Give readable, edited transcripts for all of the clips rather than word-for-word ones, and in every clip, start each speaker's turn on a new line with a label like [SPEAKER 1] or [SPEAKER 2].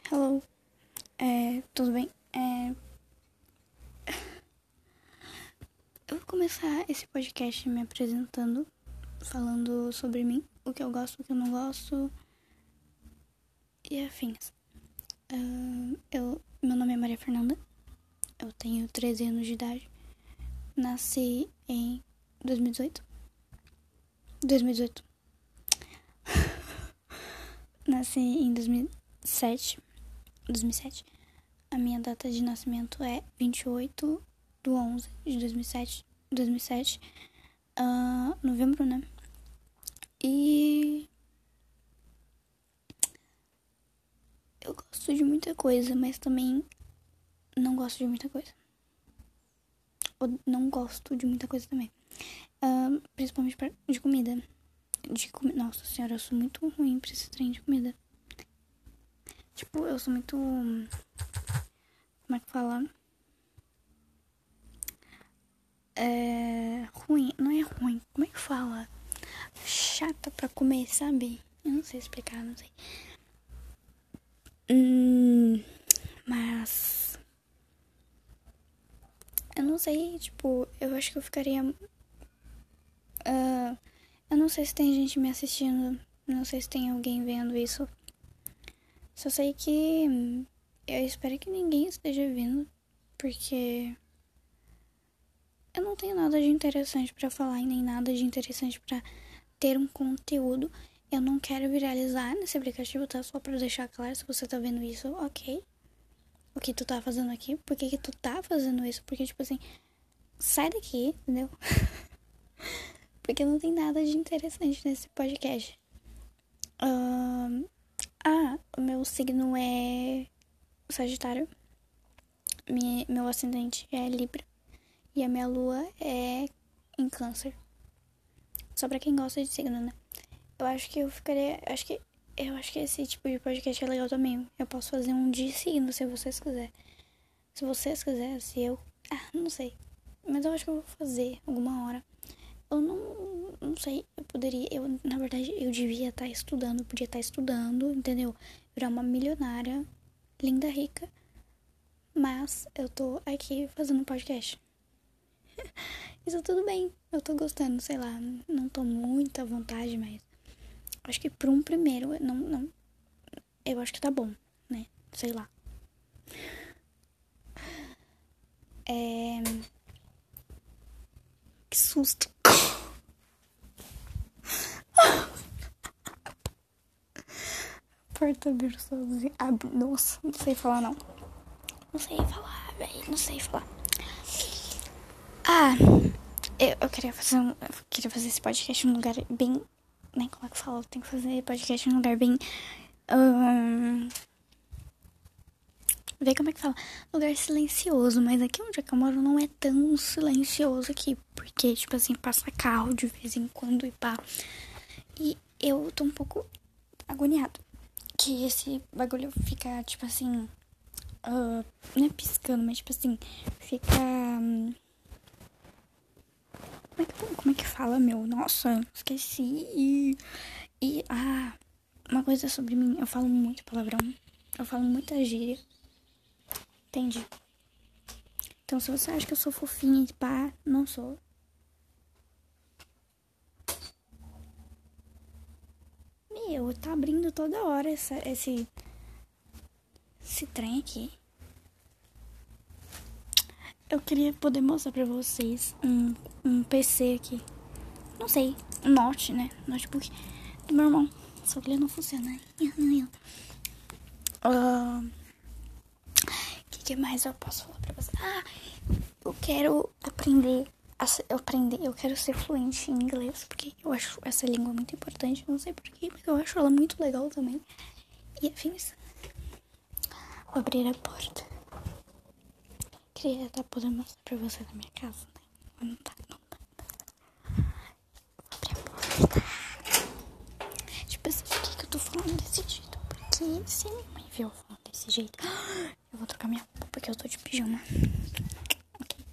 [SPEAKER 1] Hello, tudo bem? Eu vou começar esse podcast me apresentando, falando sobre mim, o que eu gosto, o que eu não gosto e afins. Meu nome é Maria Fernanda, eu tenho 13 anos de idade, nasci em 2018. Nasci em 2007. A minha data de nascimento é 28/11/2007. Novembro, né? E eu gosto de muita coisa, mas também não gosto de muita coisa. Ou não gosto de muita coisa também. Principalmente de comida. Nossa senhora, eu sou muito ruim pra esse trem de comida. Tipo, eu sou muito... Como é que fala? Ruim. Não é ruim. Como é que fala? Chata pra comer, sabe? Eu não sei explicar, não sei. Mas... Eu não sei, tipo... Eu acho que eu ficaria... Eu não sei se tem gente me assistindo. Não sei se tem alguém vendo isso. Só sei que... Eu espero que ninguém esteja vendo. Porque... Eu não tenho nada de interessante pra falar e nem nada de interessante pra ter um conteúdo. Eu não quero viralizar nesse aplicativo, tá? Só pra deixar claro, se você tá vendo isso, ok. O que tu tá fazendo aqui? Por que tu tá fazendo isso? Porque, tipo assim, sai daqui, entendeu? Porque não tem nada de interessante nesse podcast. O meu signo é Sagitário. Meu ascendente é Libra. E a minha lua é em Câncer. Só pra quem gosta de signo, né? Eu acho que eu ficaria... Eu acho que esse tipo de podcast é legal também. Eu posso fazer um de signo, se vocês quiserem. Se vocês quiserem, se eu... não sei. Mas eu acho que eu vou fazer alguma hora. Eu não sei. Eu poderia... Na verdade, eu devia estar estudando. Podia estar estudando, entendeu? Virar uma milionária, linda, rica. Mas eu tô aqui fazendo podcast. Isso tudo bem. Eu tô gostando, sei lá. Não tô muito à vontade, mas... Acho que pra um primeiro, não... Eu acho que tá bom, né? Sei lá. Que susto. Porta abriu sozinha. Nossa, não sei falar, não. Não sei falar, velho. Não sei falar. Eu queria fazer esse podcast num lugar bem... Nem como é que fala? Eu tenho que fazer podcast num lugar bem... Ver como é que fala? Lugar silencioso. Mas aqui onde eu moro não é tão silencioso aqui. Porque, tipo assim, passa carro de vez em quando e pá. E eu tô um pouco agoniado. Que esse bagulho fica, tipo assim... não é piscando, mas tipo assim... Fica... Como é que fala, meu? Nossa, esqueci. Uma coisa sobre mim. Eu falo muito palavrão. Eu falo muita gíria. Entende? Então, se você acha que eu sou fofinha e pá, não sou. Meu, tá abrindo toda hora esse trem aqui. Eu queria poder mostrar pra vocês um PC aqui. Não sei, um Note, né? Notebook do meu irmão. Só que ele não funciona. O que mais eu posso falar pra vocês? Eu quero aprender. Eu quero ser fluente em inglês, porque eu acho essa língua muito importante. Não sei porquê, mas eu acho ela muito legal também. E afins. Vou abrir a porta. Queria estar podendo mostrar pra vocês a minha casa, né? Mas não tá. Vou abrir a porta. Tipo assim, por que eu tô falando desse jeito? Porque se minha mãe viu eu falando desse jeito, eu vou trocar minha roupa porque eu tô de pijama. Ok.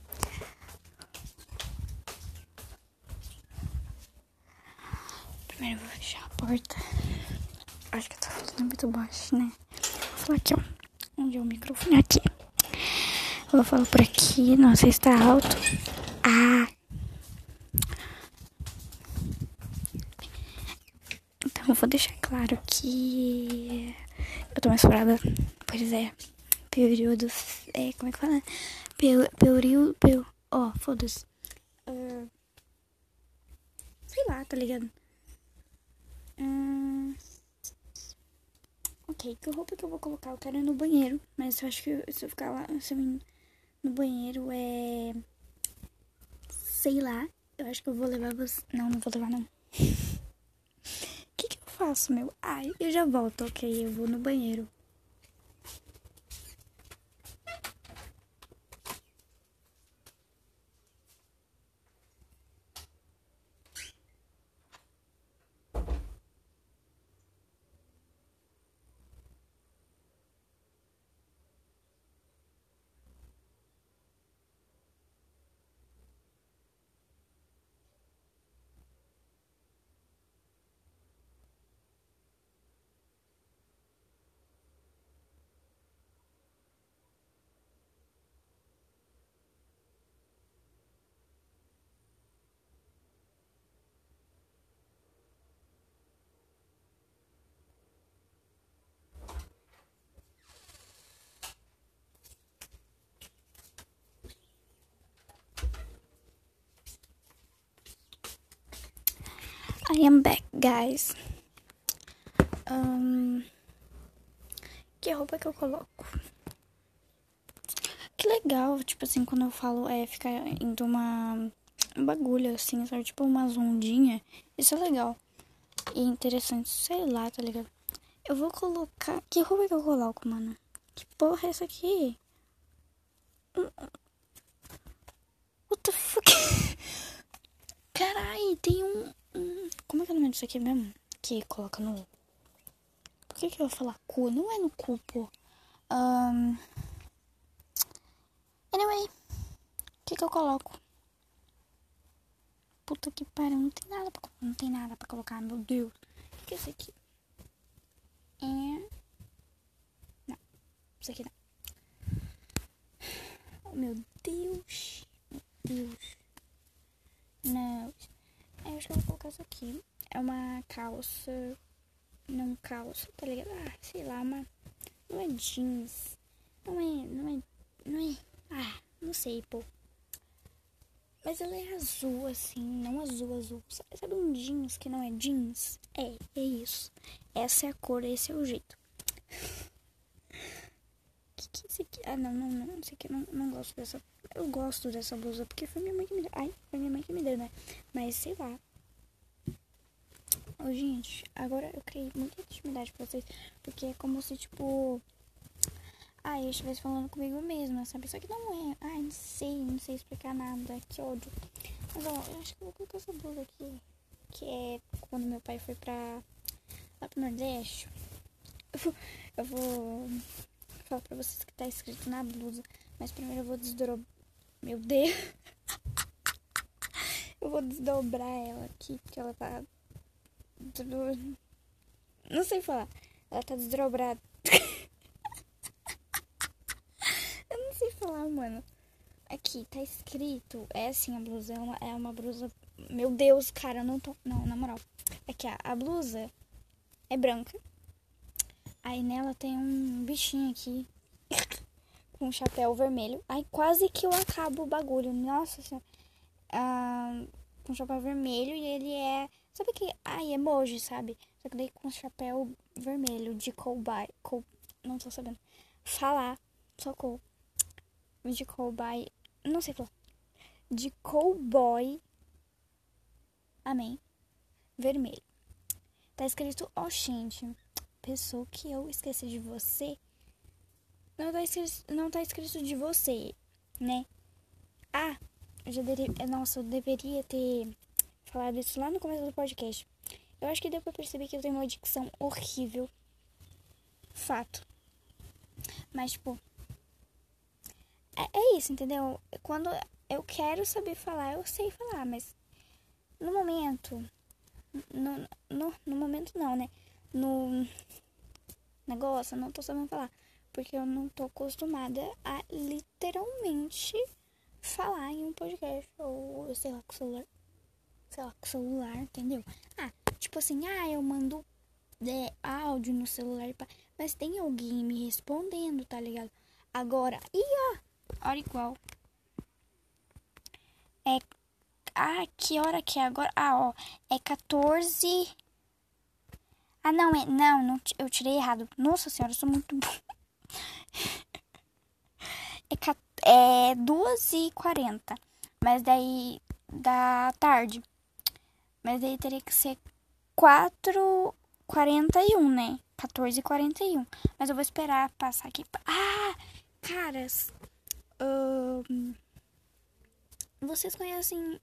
[SPEAKER 1] Primeiro eu vou fechar a porta. Acho que eu tô falando muito baixo, né? falar aqui, ó. Onde é o microfone? Aqui. Eu vou falar por aqui. Nossa, está alto. Então, eu vou deixar claro que eu tô menstruada. Pois é. Período... como é que fala? Período... foda-se. Sei lá, tá ligado? Ok, que roupa que eu vou colocar? Eu quero ir no banheiro. Mas eu acho que se eu ficar lá no banheiro sei lá. Eu acho que eu vou levar você... Não vou levar, não. O que eu faço, meu? Ai, eu já volto, ok? Eu vou no banheiro. I am back, guys. Que roupa que eu coloco? Que legal, tipo assim, quando eu falo ficar indo um bagulho assim, sabe? Tipo umas ondinhas. Isso é legal e interessante, sei lá, tá ligado? Eu vou colocar... Que roupa que eu coloco, mano? Que porra é essa aqui? What the fuck? Carai, tem como é que é o nome disso aqui mesmo? Que coloca no... Por que eu vou falar cu? Não é no cu, pô. Anyway, o que eu coloco? Puta que pariu, não tem nada pra colocar, meu Deus. O que é isso aqui? Não, isso aqui não. Oh, meu Deus. Não. Eu acho que eu vou colocar isso aqui. É uma calça. Não calça, tá ligado? Sei lá, não é jeans. Não é. Não sei, pô. Mas ela é azul, assim, não azul. Sabe um jeans que não é jeans? É isso. Essa é a cor, esse é o jeito. Que é esse aqui? Não, esse aqui eu não gosto dessa. Eu gosto dessa blusa, porque foi minha mãe que me deu. Foi minha mãe que me deu, né? Mas sei lá. Gente, agora eu criei muita intimidade pra vocês, porque é como se, tipo... eu estivesse falando comigo mesma, sabe? Só que não é. Não sei explicar nada. Que ódio. Mas, eu acho que eu vou colocar essa blusa aqui. Que é quando meu pai foi lá pro Nordeste. Eu vou falar pra vocês que tá escrito na blusa. Mas primeiro eu vou desdobrar. Meu Deus. Eu vou desdobrar ela aqui, porque ela tá... Não sei falar. Ela tá desdobrada. Eu não sei falar, mano. Aqui, tá escrito. É assim, a blusa é uma blusa... Meu Deus, cara, eu não tô... Não, na moral. Aqui, a blusa é branca. Aí nela tem um bichinho aqui. Com um chapéu vermelho. Aí quase que eu acabo o bagulho. Nossa senhora. Com chapéu vermelho e ele é... Sabe que... emoji, sabe? Só que daí com chapéu vermelho de cowboy. Não tô sabendo falar. Socorro. De cowboy... Não sei falar. De cowboy. Amém. Vermelho. Tá escrito, gente, pensou que eu esqueci de você? Não tá escrito de você, né? Eu deveria ter falado isso lá no começo do podcast. Eu acho que deu pra perceber que eu tenho uma dicção horrível. Fato. Mas, tipo... É isso, entendeu? Quando eu quero saber falar, eu sei falar, mas... No momento... No momento não, né? negócio, eu não tô sabendo falar. Porque eu não tô acostumada a literalmente falar em um podcast. Ou sei lá, com celular. Sei lá, com celular, entendeu? Tipo assim, eu mando áudio no celular, mas tem alguém me respondendo, tá ligado? Agora, hora igual. Que hora que é agora? É 14. Não, eu tirei errado. Nossa senhora, eu sou muito bom. É 2h40, mas daí da tarde. Mas daí teria que ser 4h41, né? 14h41. Mas eu vou esperar passar aqui. Caras. Vocês conhecem...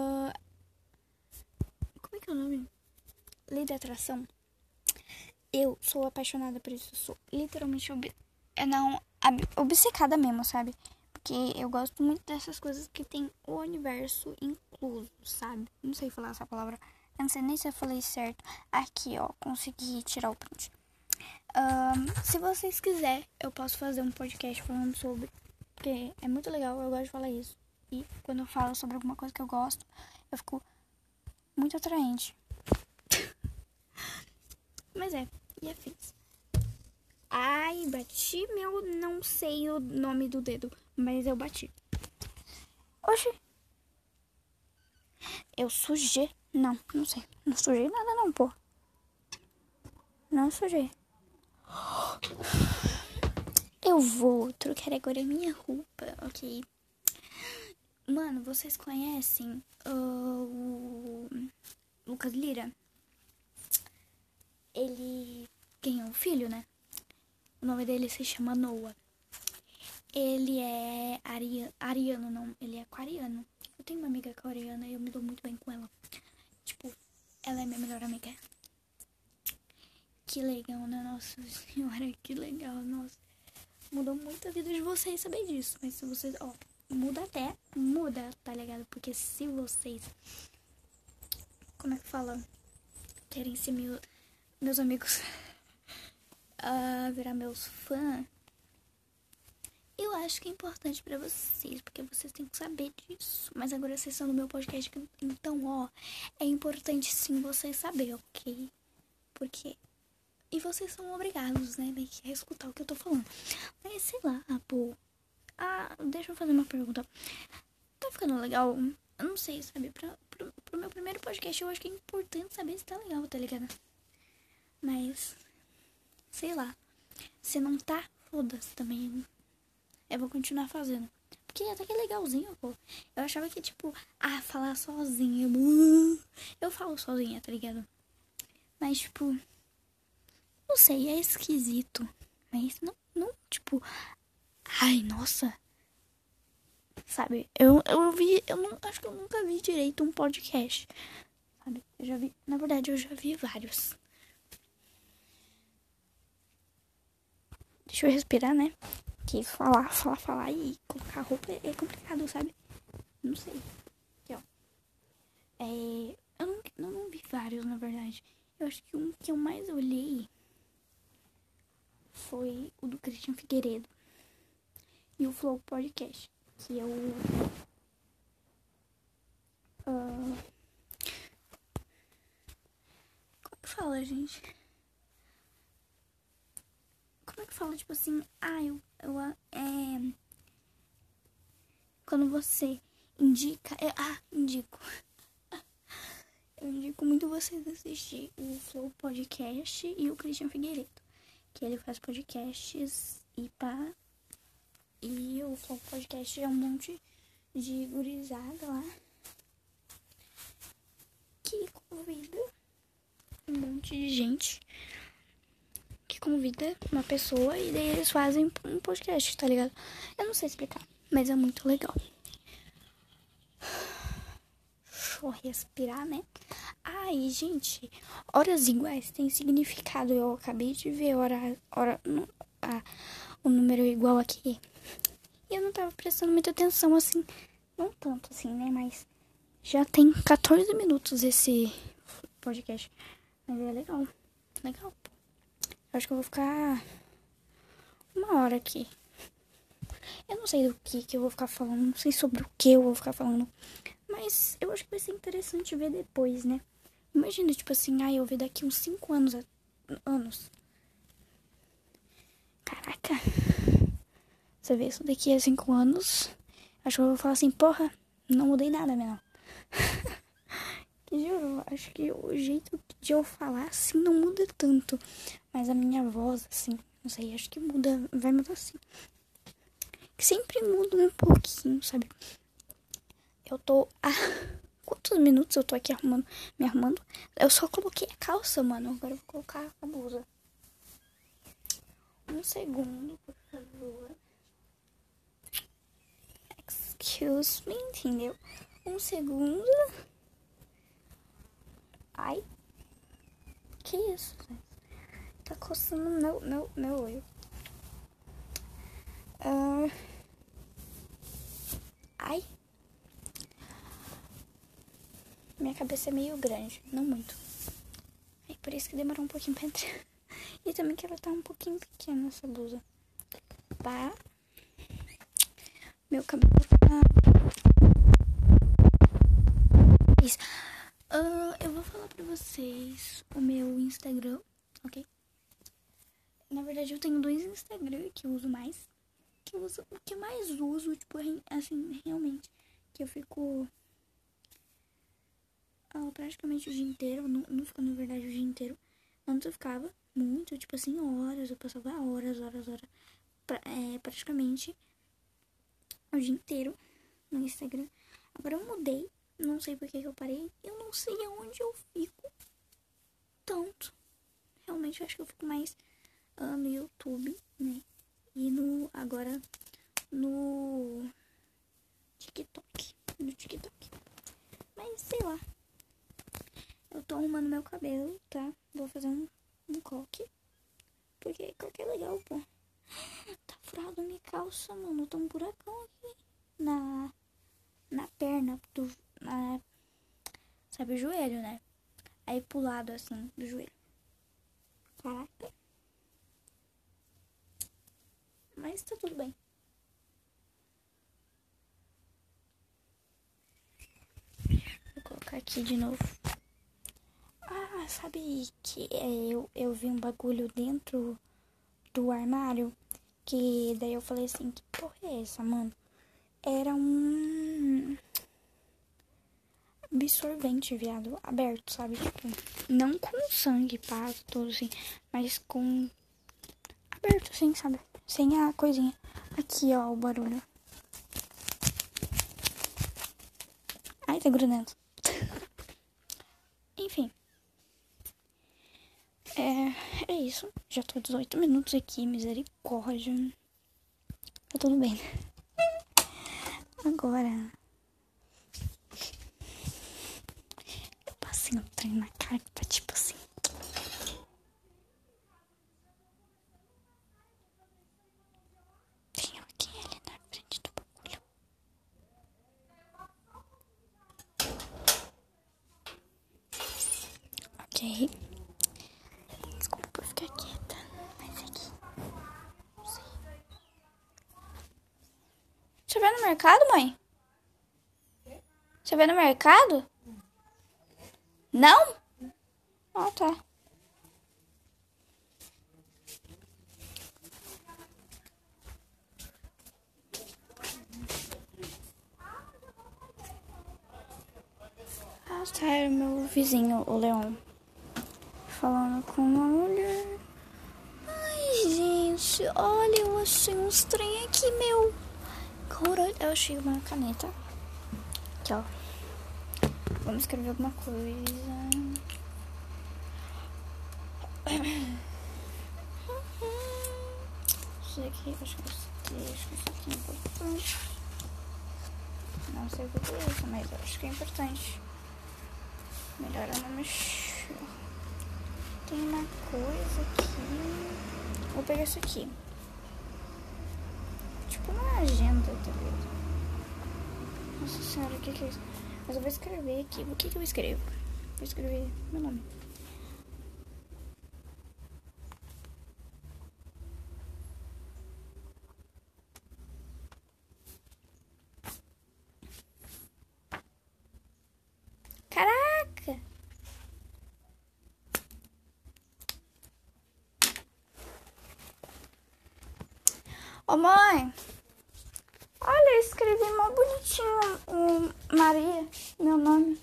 [SPEAKER 1] como é que é o nome? Lei da atração. Eu sou apaixonada por isso. Eu sou literalmente obcecada mesmo, sabe? Porque eu gosto muito dessas coisas que tem o universo incluso, sabe? Não sei falar essa palavra. Eu não sei nem se eu falei certo. Aqui, consegui tirar o print. Se vocês quiserem, eu posso fazer um podcast falando sobre. Porque é muito legal, eu gosto de falar isso. E quando eu falo sobre alguma coisa que eu gosto, eu fico muito atraente. Mas e afins. Bati não sei o nome do dedo, mas eu bati. Oxi. Eu sujei. Não sei. Não sujei nada não, pô. Não sujei. Eu vou trocar agora minha roupa, ok? Mano, vocês conhecem o Lucas Lira? Ele ganhou um filho, né? O nome dele se chama Noah. Ele é ariano, não. Ele é aquariano. Eu tenho uma amiga aquariana e eu me dou muito bem com ela. Tipo, ela é minha melhor amiga. Que legal, né? Nossa senhora, que legal. Nossa, mudou muito a vida de vocês saber disso. Mas se vocês, muda, tá ligado? Porque se vocês, como é que fala? Querem ser meus amigos virar meus fãs, eu acho que é importante pra vocês, porque vocês têm que saber disso. Mas agora vocês estão no meu podcast, então, é importante sim vocês saberem, ok? Porque... E vocês são obrigados, né, a escutar o que eu tô falando. Mas, sei lá, pô... deixa eu fazer uma pergunta. Tá ficando legal? Eu não sei, sabe? Pro meu primeiro podcast, eu acho que é importante saber se tá legal, tá ligado? Mas... sei lá. Se não tá, foda-se também. Eu vou continuar fazendo. Porque até que é legalzinho, pô. Eu achava que, tipo, falar sozinha. Eu falo sozinha, tá ligado? Mas, tipo... não sei, é esquisito. Mas não tipo... ai, nossa. Sabe? Eu não acho que eu nunca vi direito um podcast. Sabe? Eu já vi... na verdade, eu já vi vários. Deixa eu respirar, né? Que falar e colocar roupa é complicado, sabe? Não sei. Aqui, ó. Eu não vi vários, na verdade. Eu acho que um que eu mais olhei foi o do Christian Figueiredo e o Flow Podcast, que eu como que fala, gente? Como é que fala, tipo assim, quando você indica, indico. Eu indico muito vocês assistir o Flow Podcast e o Christian Figueiredo, que ele faz podcasts e o Flow Podcast é um monte de gurizada lá que convida um monte de gente que convida uma pessoa e daí eles fazem um podcast, tá ligado? Eu não sei explicar, mas é muito legal. Deixa eu respirar, né? E gente, horas iguais tem significado. Eu acabei de ver o número igual aqui. E eu não tava prestando muita atenção, assim. Não tanto, assim, né? Mas já tem 14 minutos esse podcast. Mas é legal. Legal, pô. Eu acho que eu vou ficar 1 hora aqui. Eu não sei do que eu vou ficar falando, não sei sobre o que eu vou ficar falando. Mas eu acho que vai ser interessante ver depois, né? Imagina, tipo assim, eu ver daqui uns 5 anos. Caraca. Você vê isso daqui a 5 anos. Acho que eu vou falar assim, porra, não mudei nada, meu. Juro, acho que o jeito de eu falar assim não muda tanto. Mas a minha voz, assim, não sei, acho que muda, vai mudar assim. Que sempre muda um pouquinho, sabe? Eu tô quantos minutos eu tô aqui me arrumando? Eu só coloquei a calça, mano. Agora eu vou colocar a blusa. Um segundo, por favor. Excuse me, entendeu? Um segundo. Ai. Que isso, gente? Tá coçando meu olho. Ai. Minha cabeça é meio grande, não muito. É por isso que demorou um pouquinho pra entrar. E também que ela tá um pouquinho pequena, essa blusa. Tá? Meu cabelo tá... Isso. Eu vou falar pra vocês o meu Instagram, ok? Na verdade, eu tenho 2 Instagram que eu uso mais. O que eu mais uso, tipo, assim, realmente. Que eu fico praticamente o dia inteiro. Não fico, na verdade, o dia inteiro. Antes eu ficava muito, tipo assim, horas. Eu passava horas. Praticamente o dia inteiro no Instagram. Agora eu mudei. Não sei por que eu parei. Eu não sei aonde eu fico tanto. Realmente eu acho que eu fico mais no YouTube, né? E agora no TikTok. Mas sei lá. Eu tô arrumando meu cabelo, tá? Vou fazer um coque. Porque coque é legal, pô. Tá furado minha calça, mano. Tá um buracão aqui na perna sabe o joelho, né? Aí pro lado, assim, do joelho. Caraca. Mas tá tudo bem. Vou colocar aqui de novo. Sabe que eu vi um bagulho dentro do armário? Que daí eu falei assim, que porra é essa, mano? Era um absorvente, viado, aberto, sabe? Tipo, não com sangue, pá, tudo assim, mas com aberto, assim, sabe? Sem a coisinha. Aqui, ó, o barulho. Ai, tá grudando. Enfim. É isso. Já tô 18 minutos aqui, misericórdia. Tá tudo bem. Agora... eu passei um trem na cara que tá tipo assim... tem alguém ali na frente do bagulho. Ok. Desculpa por ficar quieta. Mas aqui... não sei. Você vai no mercado, mãe? Você vai no mercado? Não? Ah, tá. Ah, tá. Era o meu vizinho, o Leon. Falando com uma mulher. Ai, gente. Olha, eu achei uns trem aqui, meu. Caralho, eu achei uma caneta. Aqui, ó. Vamos escrever alguma coisa. Isso aqui, acho que isso aqui é importante. Não sei o que é isso, mas eu acho que é importante. Melhor eu não mexer. Tem uma coisa aqui. Vou pegar isso aqui. Tipo uma agenda, tá ligado? Nossa senhora, o que é isso? Mas eu vou escrever aqui. O que eu escrevo? Vou escrever meu nome. Ô, mãe. Olha, eu escrevi mó bonitinho o Maria, meu nome.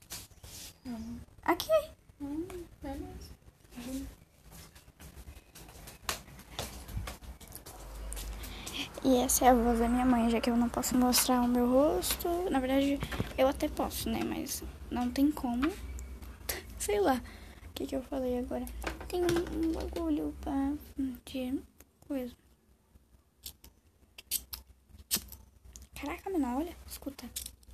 [SPEAKER 1] Aqui.
[SPEAKER 2] Beleza.
[SPEAKER 1] E essa é a voz da minha mãe, já que eu não posso mostrar o meu rosto. Na verdade, eu até posso, né? Mas não tem como. Sei lá. O que eu falei agora? Tem um bagulho de coisa. Caraca, menor, olha. Escuta.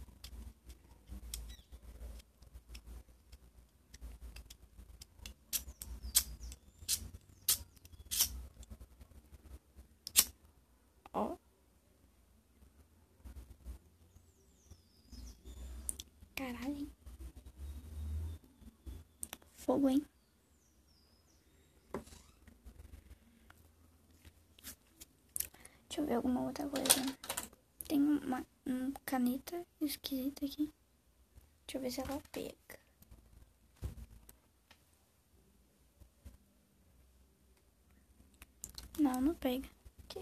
[SPEAKER 1] Ó. Caralho, hein? Fogo, hein? Deixa eu ver alguma outra coisa. Tem uma caneta esquisita aqui. Deixa eu ver se ela pega. Não, não pega. Aqui.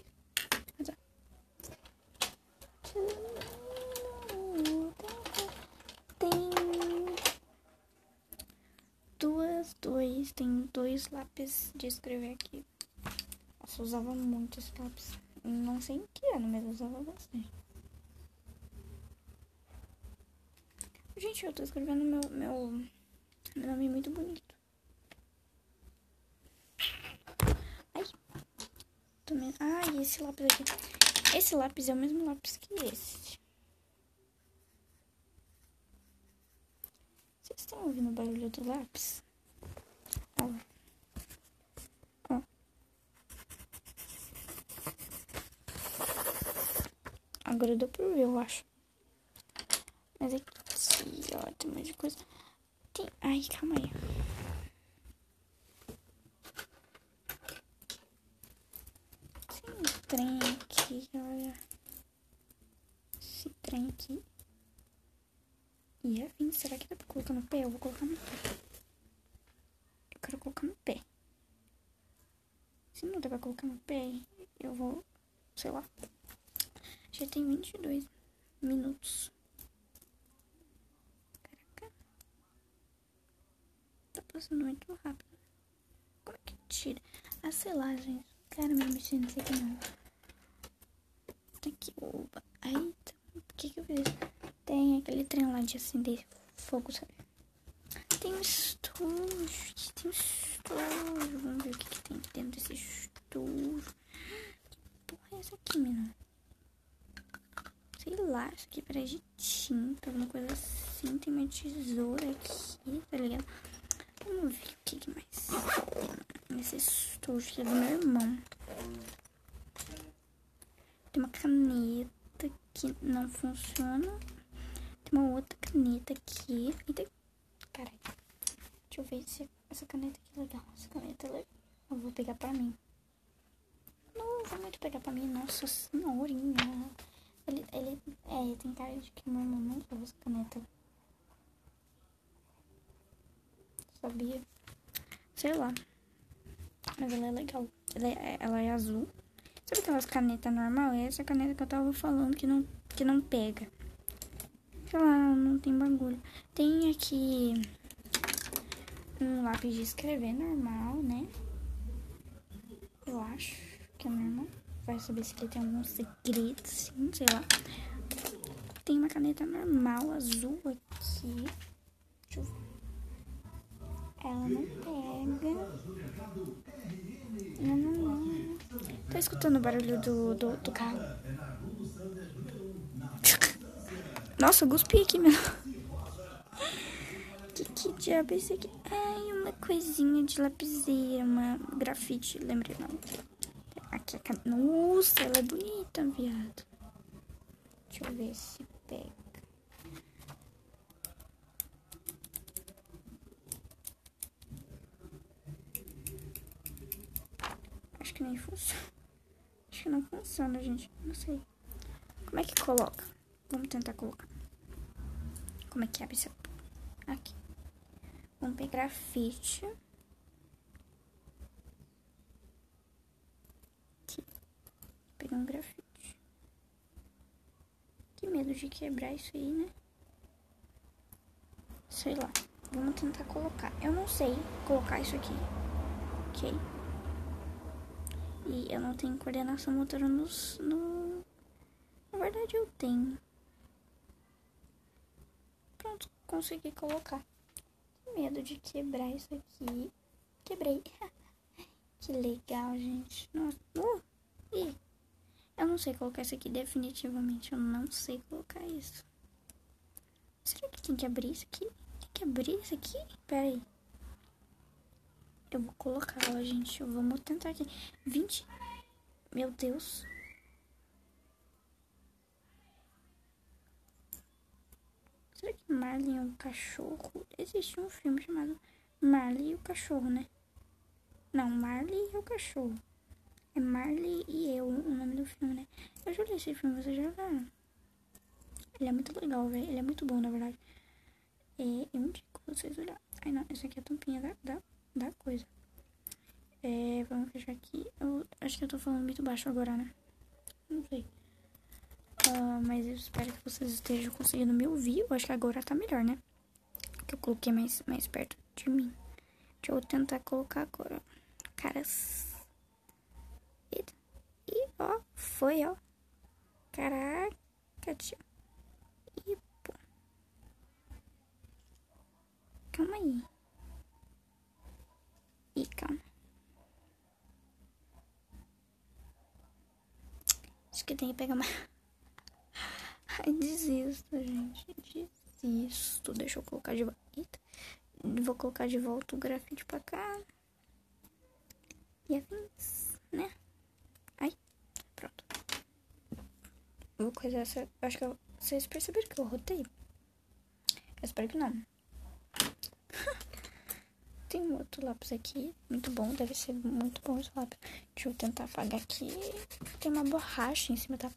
[SPEAKER 1] Tem dois lápis de escrever aqui. Nossa, eu usava muito esse lápis. Não sei em que ano, mas eu usava bastante. Gente, eu tô escrevendo meu nome muito bonito. Ai. E esse lápis aqui. Esse lápis é o mesmo lápis que esse. Vocês estão ouvindo o barulho do lápis? Ó. Agora deu pra ver, eu acho. Mas aqui, ó, tem um monte de coisa. Ai, calma aí. Tem um trem aqui, olha. Esse trem aqui. E afim, será que dá pra colocar no pé? Eu vou colocar no pé. Eu quero colocar no pé. Se não dá pra colocar no pé, eu vou, sei lá. Já tem 22 minutos. Caraca. Tá passando muito rápido. Como é que tira? Ah, sei lá, gente. Cara, me mexendo nisso aqui não. Aqui, oba. Aí, por que eu fiz isso? Tem aquele trem lá de acender fogo, sabe? Tem um estojo. Tem um estojo. Vamos ver o que tem aqui dentro desse estojo. Que porra é essa aqui, menina? Sei lá, isso aqui parece de tinta, alguma coisa assim. Tem uma tesoura aqui, tá ligado? Vamos ver o que mais tem nesse estojo aqui do meu irmão. Tem uma caneta que não funciona. Tem uma outra caneta aqui. E tem... Caralho. Deixa eu ver se essa caneta aqui é legal. Essa caneta é legal. Eu vou pegar pra mim. Não vou muito pegar pra mim. Nossa senhorinha. Ele tem cara de que meu irmão não usa caneta. Sabia? Sei lá. Mas ela é legal. Ela é azul. Sabe aquelas canetas normais? É essa caneta que eu tava falando que não pega. Sei lá, não tem bagulho. Tem aqui um lápis de escrever normal, né? Eu acho que é normal. Vai saber se ele tem algum segredo, sim, sei lá. Tem uma caneta normal, azul aqui. Deixa eu ver. Ela não pega. Não. Tá escutando o barulho do carro? Nossa, eu cuspi aqui mesmo. Que diabo é isso aqui? Ai, uma coisinha de lapiseira, uma grafite, lembrei não. Aqui a caneta. Nossa, ela é bonita, viado. Deixa eu ver se pega. Acho que nem funciona. Acho que não funciona, gente. Não sei. Como é que coloca? Vamos tentar colocar. Como é que abre isso? Aqui. Vamos pegar grafite. Aqui. pegar um grafite. Que medo de quebrar isso aí, né? Sei lá. Vamos tentar colocar. Eu não sei colocar isso aqui. Ok? E eu não tenho coordenação motora no... Na verdade eu tenho. Pronto, consegui colocar. Que medo de quebrar isso aqui. Quebrei. Que legal, gente. Nossa. Ih. Eu não sei colocar isso aqui, definitivamente. Eu não sei colocar isso. Será que tem que abrir isso aqui? Tem que abrir isso aqui? Pera aí. Eu vou colocar, ó, gente. Vamos tentar aqui. 20. Meu Deus. Será que Marley é um cachorro? Existe um filme chamado Marley e o Cachorro, né? Não, Marley é o cachorro. É Marley e eu, o nome do filme, né? Eu já li esse filme, vocês já viram? Ele é muito legal, velho. Ele é muito bom, na verdade. Eu indico vocês olharem. Ai, não. Essa aqui é a tampinha da coisa. Vamos fechar aqui. Eu acho que eu tô falando muito baixo agora, né? Não sei. Mas eu espero que vocês estejam conseguindo me ouvir. Eu acho que agora tá melhor, né? Que eu coloquei mais perto de mim. Deixa eu tentar colocar agora. Caras. E, ó. Foi, ó. Caraca, tio. E, pô. Calma aí. E calma. Acho que tem que pegar mais. Ai, desisto, gente. Desisto. Deixa eu colocar de volta. Eita. Vou colocar de volta o grafite pra cá. E afins, né? Ai, pronto. Vou coisar essa. Acho que vocês perceberam que eu rotei? Eu espero que não. Tem um outro lápis aqui. Muito bom. Deve ser muito bom esse lápis. Deixa eu tentar apagar aqui. Tem uma borracha em cima, tá?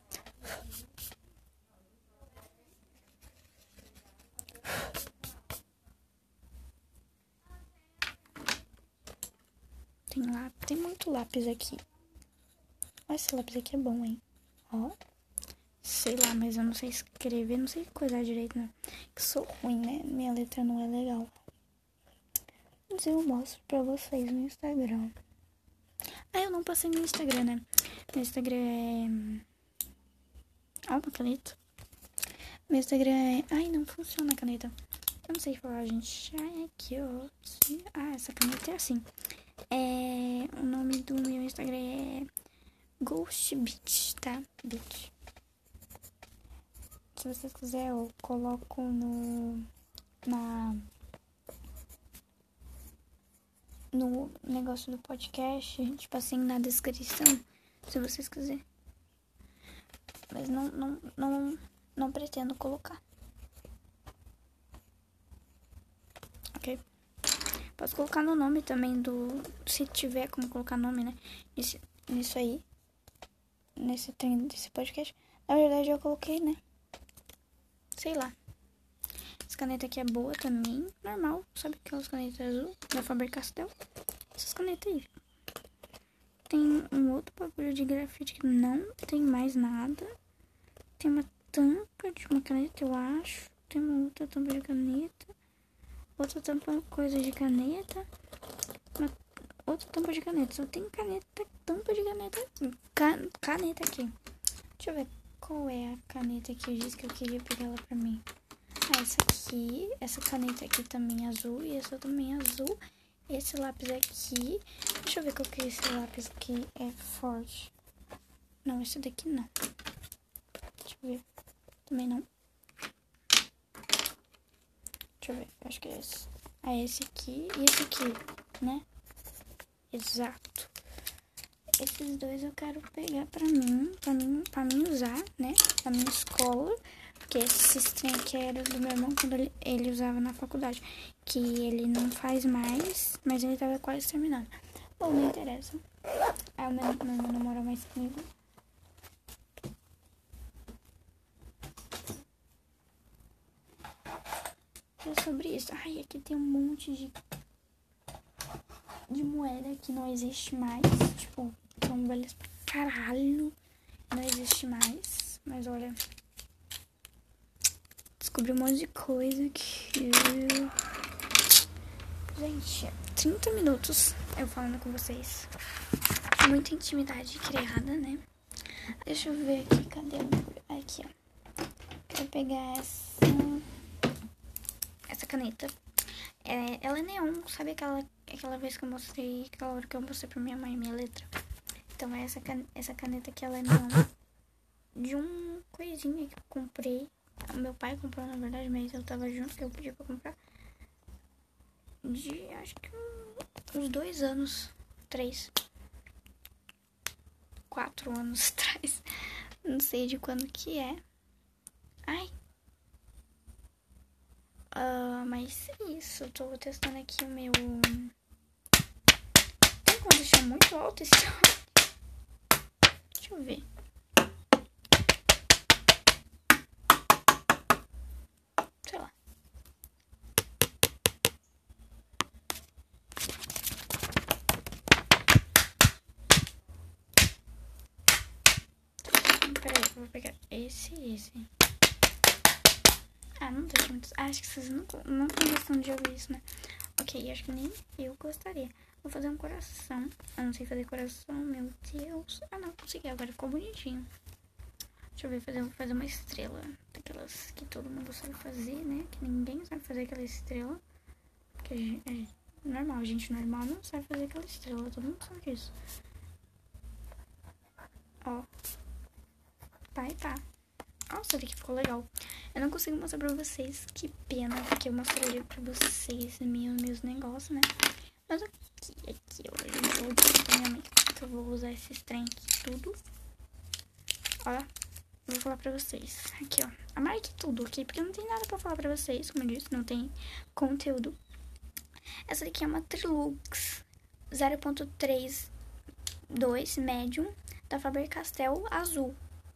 [SPEAKER 1] Tem muito lápis aqui. Olha, esse lápis aqui é bom, hein? Ó. Sei lá, mas eu não sei escrever, não sei coisar direito, não. Eu sou ruim, né? Minha letra não é legal. Mas eu mostro pra vocês no Instagram. Eu não passei no Instagram, né? Meu Instagram é... uma caneta. Meu Instagram é... Ai, não funciona a caneta. Eu não sei falar, gente. Ai, aqui, ó. Essa caneta é assim. O nome do meu Instagram é Ghost Beach, tá? Beach. Se vocês quiserem, eu coloco no negócio do podcast, tipo assim, na descrição, se vocês quiserem. Mas não pretendo colocar. Ok? Posso colocar no nome também se tiver como colocar nome, né? Nisso aí. Desse podcast. Na verdade, eu coloquei, né? Sei lá. Essa caneta aqui é boa também. Normal. Sabe aquelas canetas azul da Faber-Castell? Essas canetas aí. Tem um outro bagulho de grafite que não tem mais nada. Tem uma tampa de uma caneta, eu acho. Tem uma outra tampa de caneta. Outra tampa, coisa de caneta. Outra tampa de caneta. Só tem caneta, tampa de caneta. Caneta aqui. Deixa eu ver qual é a caneta que eu disse que eu queria pegar ela pra mim. Essa aqui. Essa caneta aqui também é azul. E essa também é azul. Esse lápis aqui. Deixa eu ver qual que é esse lápis que é forte. Não, esse daqui não. Deixa eu ver. Também não. Deixa eu ver. Eu acho que é esse. Esse aqui e esse aqui, né? Exato. Esses dois eu quero pegar pra mim usar, né? Na minha escola. Porque esse trem aqui era do meu irmão quando ele usava na faculdade. Que ele não faz mais, mas ele tava quase terminando. Bom, não interessa. O meu irmão não mora mais comigo. É sobre isso. Ai, aqui tem um monte de moeda que não existe mais. Tipo, são velhas pra caralho. não existe mais. Mas olha, descobri um monte de coisa aqui. Gente, 30 minutos eu falando com vocês. Muita intimidade criada, né? Deixa eu ver aqui, cadê o bagulho? Aqui, ó. Vou pegar essa caneta. Ela é neon, sabe aquela vez que eu mostrei, aquela hora que eu mostrei pra minha mãe minha letra? Então é essa caneta aqui, ela é neon. De um coisinha que eu comprei. O meu pai comprou, na verdade, mas eu tava junto, que eu pedi pra comprar. De, acho que uns 2 anos, 3, 4 anos atrás. Não sei de quando que é. Ai. Mas é isso. Eu tô testando aqui o meu... Tem como deixar muito alto esse áudio? Deixa eu ver. Sei lá. Peraí, eu vou pegar esse e esse. Não deixa muito... acho que vocês não tem questão de ouvir isso, né? Ok, acho que nem eu gostaria. Vou fazer um coração. Eu não sei fazer coração, meu Deus. Não, consegui. Agora ficou bonitinho. Deixa eu ver, vou fazer uma estrela. Daquelas que todo mundo sabe fazer, né? Que ninguém sabe fazer aquela estrela. Porque é normal, gente normal não sabe fazer aquela estrela. Todo mundo sabe disso. Ó. Tá e tá. Nossa, daqui ficou legal. Eu não consigo mostrar pra vocês. Que pena, porque eu mostraria pra vocês meus negócios, né? Mas aqui, eu vou dizer pra minha mãe que eu vou usar esses trem aqui tudo. Ó, vou falar pra vocês. Aqui, ó. Amarque tudo, ok? Porque não tem nada pra falar pra vocês, como eu disse, não tem conteúdo. Essa daqui é uma Trilux 0.32 Medium da Faber-Castell azul.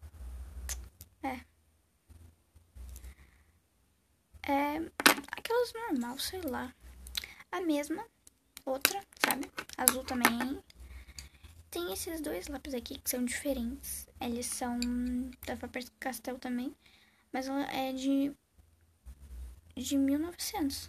[SPEAKER 1] É aquelas normal, sei lá. A mesma, outra, sabe? Azul também. Tem esses dois lápis aqui que são diferentes. Eles são da Faber-Castell também. Mas ela é de 1900.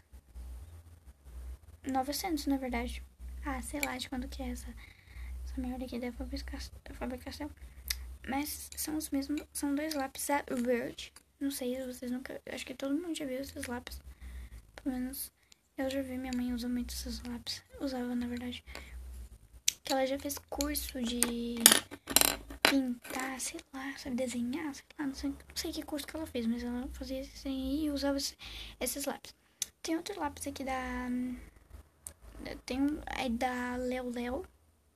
[SPEAKER 1] 900, na verdade. Sei lá de quando que é essa merda aqui da Faber-Castell. Mas são os mesmos. São dois lápis verde. Não sei se vocês nunca... Acho que todo mundo já viu esses lápis. Pelo menos eu já vi minha mãe usar muito esses lápis. Usava, na verdade. Que ela já fez curso de pintar, sei lá, sabe, desenhar, sei lá. Não sei que curso que ela fez, mas ela fazia isso aí e usava esses lápis. Tem outro lápis aqui da... Tem um... É da Leo Leo.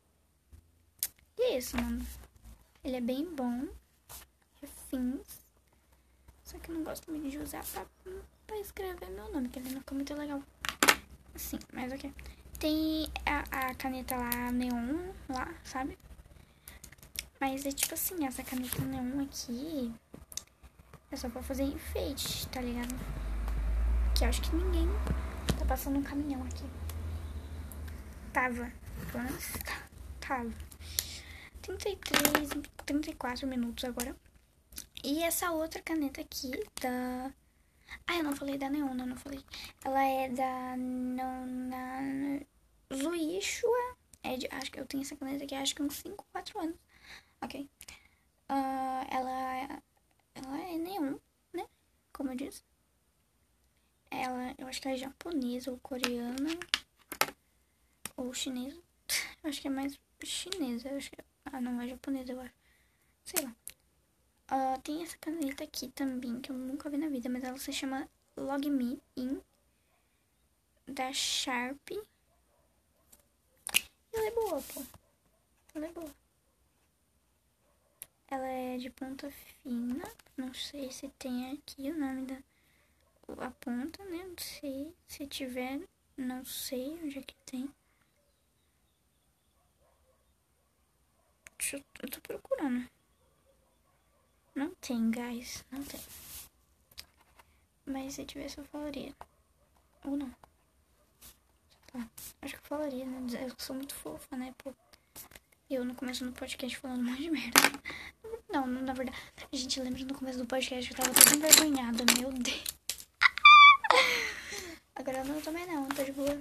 [SPEAKER 1] E é isso, mano. Ele é bem bom. Refins. Só que eu não gosto muito de usar pra escrever meu nome, que ele não fica muito legal. Assim, mas ok. Tem a caneta lá, neon, lá, sabe? Mas é tipo assim, essa caneta neon aqui é só pra fazer enfeite, tá ligado? Que eu acho que ninguém tá passando um caminhão aqui. Tava. Tava. 34 minutos agora. E essa outra caneta aqui, da... eu não falei da Neon, não falei. Ela é da Zuishua. Acho que eu tenho essa caneta aqui, acho que uns 5, 4 anos. Ok. Ela é neon, né? Como eu disse. Eu acho que ela é japonesa ou coreana. Ou chinesa. Eu acho que é mais chinesa. Não é japonesa, eu acho. Sei lá. Tem essa caneta aqui também, que eu nunca vi na vida, mas ela se chama Log Me In, da Sharp. E ela é boa, pô. Ela é boa. Ela é de ponta fina. Não sei se tem aqui o nome a ponta, né? Não sei. Se tiver, não sei onde é que tem. Eu tô procurando. Não tem, guys. Não tem. Mas se tivesse, eu falaria. Ou não. Tá. Acho que eu falaria, né? Eu sou muito fofa, né? Pô. Eu no começo do podcast falando um monte de merda. Não, na verdade. A gente lembra no começo do podcast que eu tava toda envergonhada, meu Deus. Agora eu não também não, tô de boa.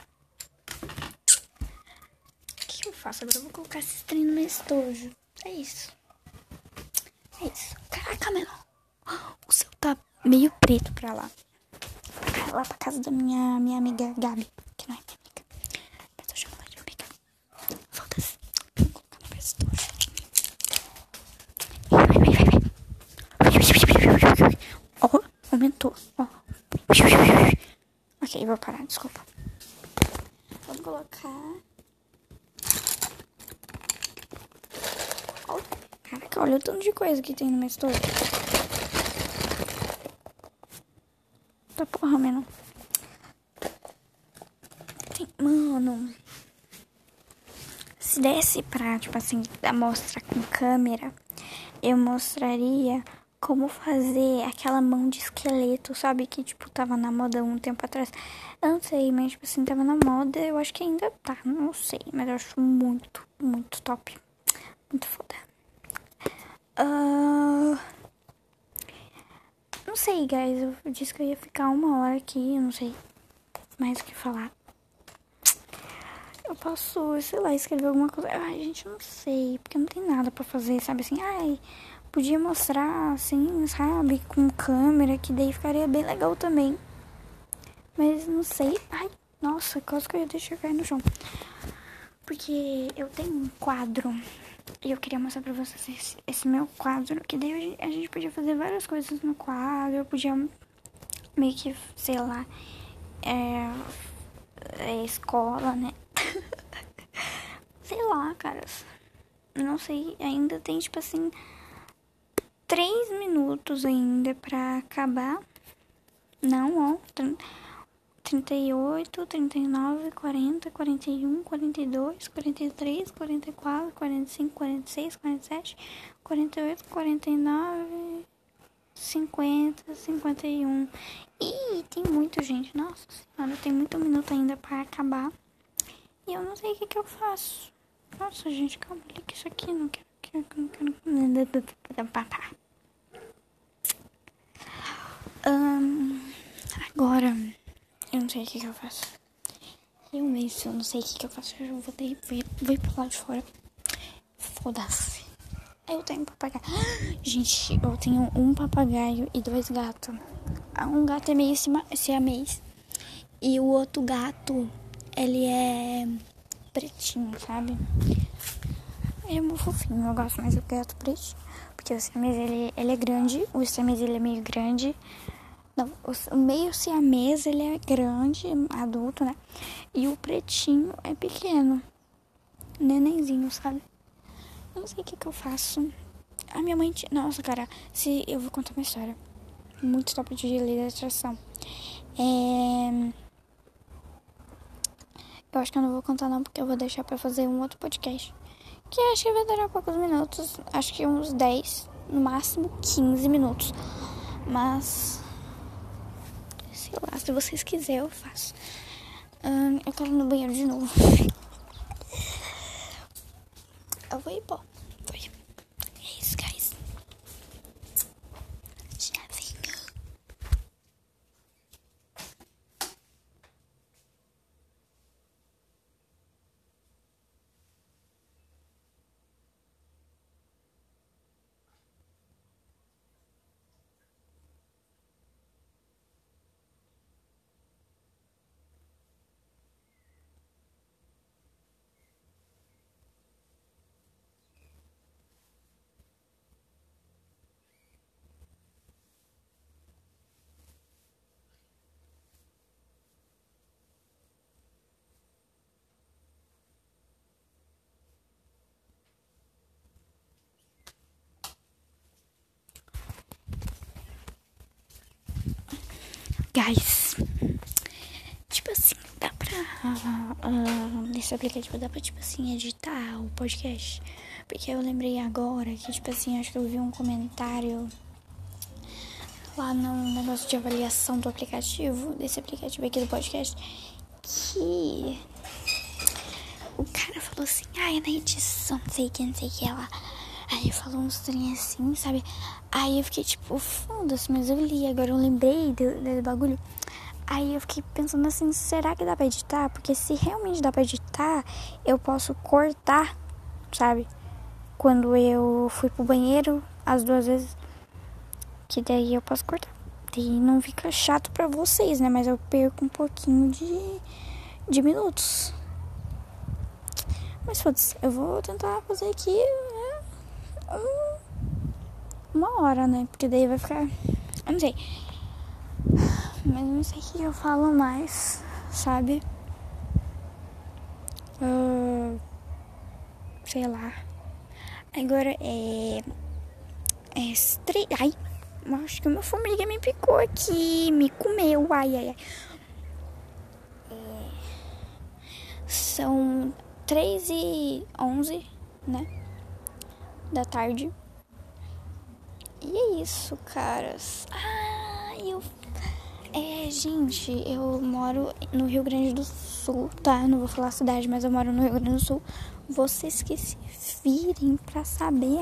[SPEAKER 1] O que eu faço? Agora eu vou colocar esse trem no meu estojo. É isso. É isso. Caraca, menor. O céu tá meio preto pra lá. Lá pra casa da minha amiga Gabi. Que não é minha amiga. Mas eu chamo ela de amiga. Foda-se. Vou colocar no meu estojo. Ó, aumentou. Ó. Ok, vou parar, desculpa. Vamos colocar. Ó, caraca, olha o tanto de coisa que tem no meu estojo. Tá porra, menor. Mano, se desse pra, tipo assim, mostrar com câmera, eu mostraria como fazer aquela mão de esqueleto, sabe? Que, tipo, tava na moda um tempo atrás. Eu não sei, mas, tipo assim, tava na moda. Eu acho que ainda tá, não sei. Mas eu acho muito, muito top. Muito foda. Não sei, guys. Eu disse que eu ia ficar 1 hora aqui. Eu não sei mais o que falar. Eu posso, sei lá, escrever alguma coisa. Ai, gente, eu não sei. Porque não tem nada pra fazer, sabe? Assim, ai, podia mostrar, assim, sabe? Com câmera, que daí ficaria bem legal também. Mas não sei. Ai, nossa, quase que eu ia deixar cair no chão. Porque eu tenho um quadro. E eu queria mostrar pra vocês esse meu quadro. Que daí a gente podia fazer várias coisas no quadro. Eu podia meio que, sei lá, escola, né? Sei lá, caras. Não sei, ainda tem, tipo assim, 3 minutos ainda pra acabar. Não, ó. 38, 39, 40, 41, 42, 43, 44, 45, 46, 47, 48, 49, 50, 51. Ih, tem muito, gente. Nossa senhora, tem muito minuto ainda pra acabar. E eu não sei o que eu faço. Nossa, gente, calma ali que isso aqui não quero. Agora, eu não sei o que eu faço. Realmente, eu não sei o que eu faço. Eu vou ir pro lado de fora. Foda-se. Eu tenho um papagaio. Gente, eu tenho um papagaio e 2 gatos. Um gato é meio siamês. E o outro gato, ele é pretinho, sabe? Ele é muito fofinho. Eu gosto mais do gato pretinho. Porque o siamês, ele é grande. O siamês, ele é meio grande. Não, o meio siamês, ele é grande, adulto, né? E o pretinho é pequeno. Nenenzinho, sabe? Eu não sei o que eu faço. A minha mãe... Nossa, cara, eu vou contar uma história. Muito top de lei da atração. Eu acho que eu não vou contar não, porque eu vou deixar pra fazer um outro podcast. Que acho que vai durar poucos minutos. Acho que uns 10, no máximo 15 minutos. Mas... sei lá, se vocês quiserem eu faço. Eu quero ir no banheiro de novo. Eu vou ir, pô. É isso, guys. Tchauzinho. Guys, tipo assim, dá pra... nesse aplicativo dá pra, tipo assim, editar o podcast. Porque eu lembrei agora que, tipo assim, acho que eu vi um comentário lá no negócio de avaliação do aplicativo, desse aplicativo aqui do podcast, que o cara falou assim, ai, na edição, não sei o que lá. Aí falou uns trem assim, sabe? Aí eu fiquei tipo, foda-se, mas eu li. Agora eu lembrei desse bagulho. Aí eu fiquei pensando assim, será que dá pra editar? Porque se realmente dá pra editar, eu posso cortar, sabe? Quando eu fui pro banheiro, as 2 vezes, que daí eu posso cortar. Daí não fica chato pra vocês, né? Mas eu perco um pouquinho de minutos. Mas foda-se, eu vou tentar fazer aqui, né, 1 hora, né? Porque daí vai ficar... Eu não sei. Mas não sei o que eu falo mais, sabe? Sei lá. Agora ai, acho que uma formiga me picou aqui. Me comeu. Ai. São 3h11, né? Da tarde. E é isso, caras. Gente, eu moro no Rio Grande do Sul, tá? Não vou falar a cidade, mas eu moro no Rio Grande do Sul. Vocês que se virem pra saber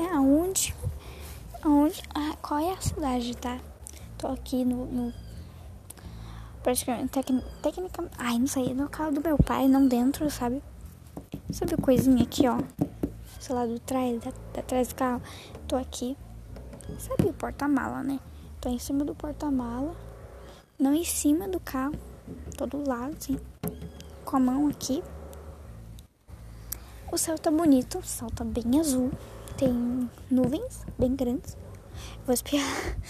[SPEAKER 1] qual é a cidade, tá? Tô aqui no praticamente, técnica, não sei, no carro do meu pai, não dentro, sabe? Sabe a coisinha aqui, ó? Sei lá, do trás do carro. Tô aqui. Sabe o porta-mala, né? Tô em cima do porta-mala. Não em cima do carro. Tô do lado, assim. Com a mão aqui. O céu tá bonito. O céu tá bem azul. Tem nuvens bem grandes. Vou espiar.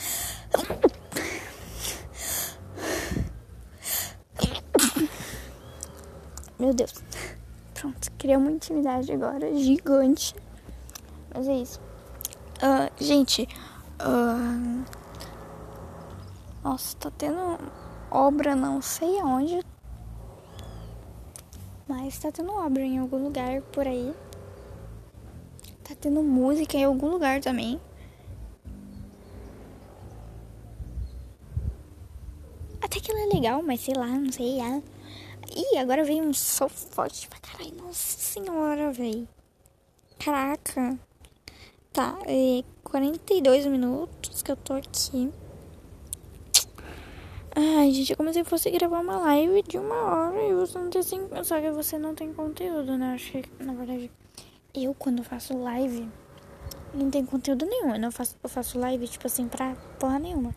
[SPEAKER 1] Meu Deus. Pronto. Criou uma intimidade agora gigante. Mas é isso. Gente. Nossa, tá tendo obra não sei aonde. Mas tá tendo obra em algum lugar por aí. Tá tendo música em algum lugar também. Até que ela é legal, mas sei lá, não sei. Ih, agora veio um sol forte pra caralho. Nossa senhora, velho. Caraca. Tá, 42 minutos que eu tô aqui. Ai, gente, é como se eu fosse gravar uma live de 1 hora e você não tem só que você não tem conteúdo, né? Acho que, na verdade, eu quando faço live, não tem conteúdo nenhum. Eu faço live, tipo assim, pra porra nenhuma.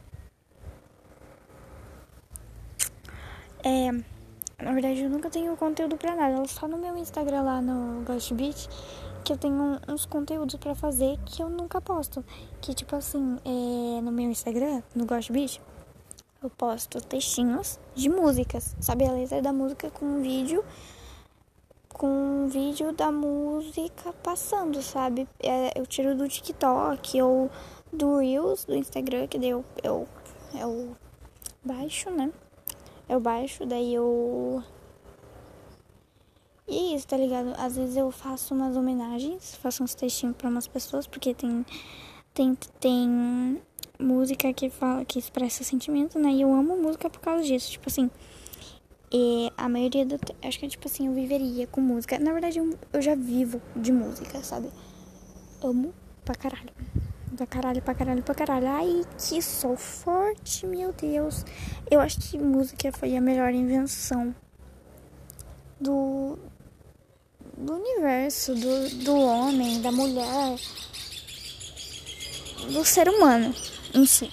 [SPEAKER 1] Na verdade, eu nunca tenho conteúdo pra nada. Só no meu Instagram lá no Ghost Beat que eu tenho uns conteúdos pra fazer que eu nunca posto. Que, tipo assim, no meu Instagram, no Ghost Beat, eu posto textinhos de músicas, sabe? A letra da música com vídeo da música passando, sabe? Eu tiro do TikTok ou do Reels do Instagram, que daí eu baixo, né? Eu baixo, daí eu... E isso, tá ligado? Às vezes eu faço umas homenagens, faço uns textinhos pra umas pessoas, porque tem música que fala, que expressa sentimento, né? E eu amo música por causa disso. Tipo assim, a maioria acho que, tipo assim, eu viveria com música. Na verdade, eu já vivo de música, sabe? Amo pra caralho. Pra caralho. Ai, que sol forte, meu Deus. Eu acho que música foi a melhor invenção do universo, do homem, da mulher, do ser humano em si.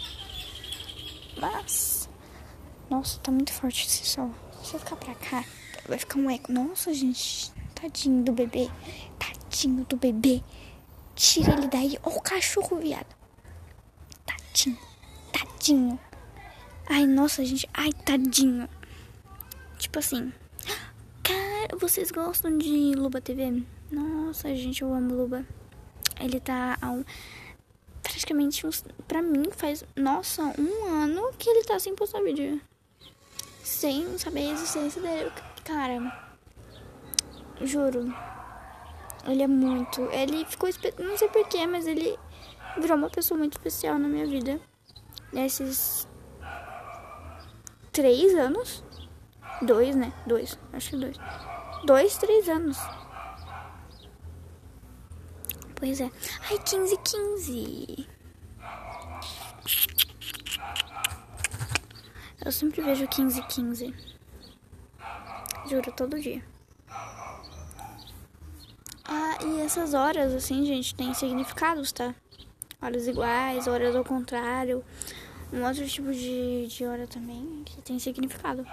[SPEAKER 1] Mas, nossa, tá muito forte esse sol. Se eu ficar pra cá, vai ficar um eco. Nossa, gente, tadinho do bebê. Tira ele daí. Ó o cachorro, viado. Tadinho. Ai, nossa, gente. Ai, tadinho. Tipo assim. Cara, vocês gostam de Luba TV? Nossa, gente, eu amo Luba. Ele tá praticamente, pra mim, faz, nossa, 1 ano que ele tá sem postar vídeo. Sem saber a existência dele. Cara, juro. Ele ficou, não sei porquê, mas ele virou uma pessoa muito especial na minha vida. Nesses 3 anos. 2, né? 2, acho que 2. 2, 3 anos. Pois é. Ai, 15h15. Eu sempre vejo 15h15. Juro, todo dia. Ah, e essas horas, assim, gente, tem significados, tá? Horas iguais, horas ao contrário. Um outro tipo de hora também que tem significado.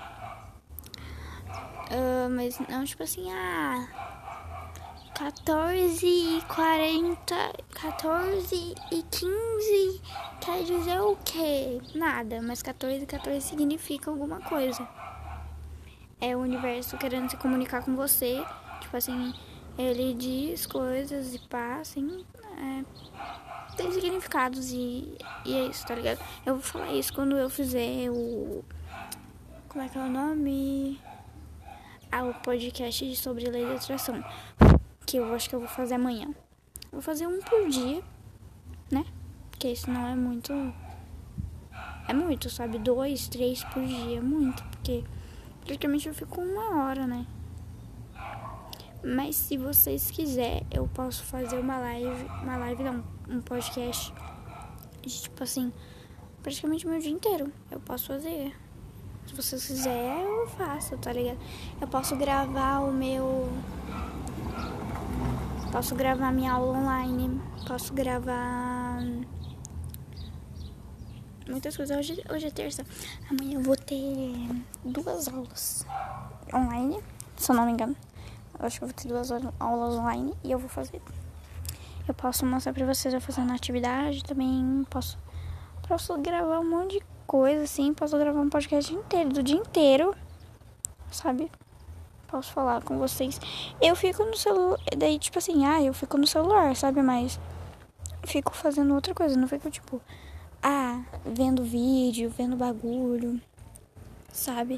[SPEAKER 1] Mas não, tipo assim, 14h40, 14h15 quer dizer o quê? Nada, mas 14h14 significa alguma coisa. É o universo querendo se comunicar com você. Tipo assim, ele diz coisas e passa, assim, tem significados e é isso, tá ligado? Eu vou falar isso quando eu fizer o... Como é que é o nome? O podcast sobre lei de atração. Que eu acho que eu vou fazer amanhã. Vou fazer um por dia, né? Porque isso não é muito... É muito, sabe? 2, 3 por dia, é muito. Porque praticamente eu fico 1 hora, né? Mas se vocês quiserem, eu posso fazer uma live não, um podcast de, tipo assim, praticamente o meu dia inteiro. Eu posso fazer. Se vocês quiserem, eu faço, tá ligado? Eu posso gravar Posso gravar minha aula online. Posso gravar muitas coisas. Hoje é terça. Amanhã eu vou ter 2 aulas online, se eu não me engano. Eu acho que eu vou ter 2 aulas online e eu vou fazer. Eu posso mostrar pra vocês eu fazendo atividade. Também posso gravar um monte de coisa, assim. Posso gravar um podcast inteiro, do dia inteiro, sabe? Posso falar com vocês. Eu fico no celular, daí tipo assim, eu fico no celular, sabe? Mas fico fazendo outra coisa, não fico tipo, vendo vídeo, vendo bagulho, sabe?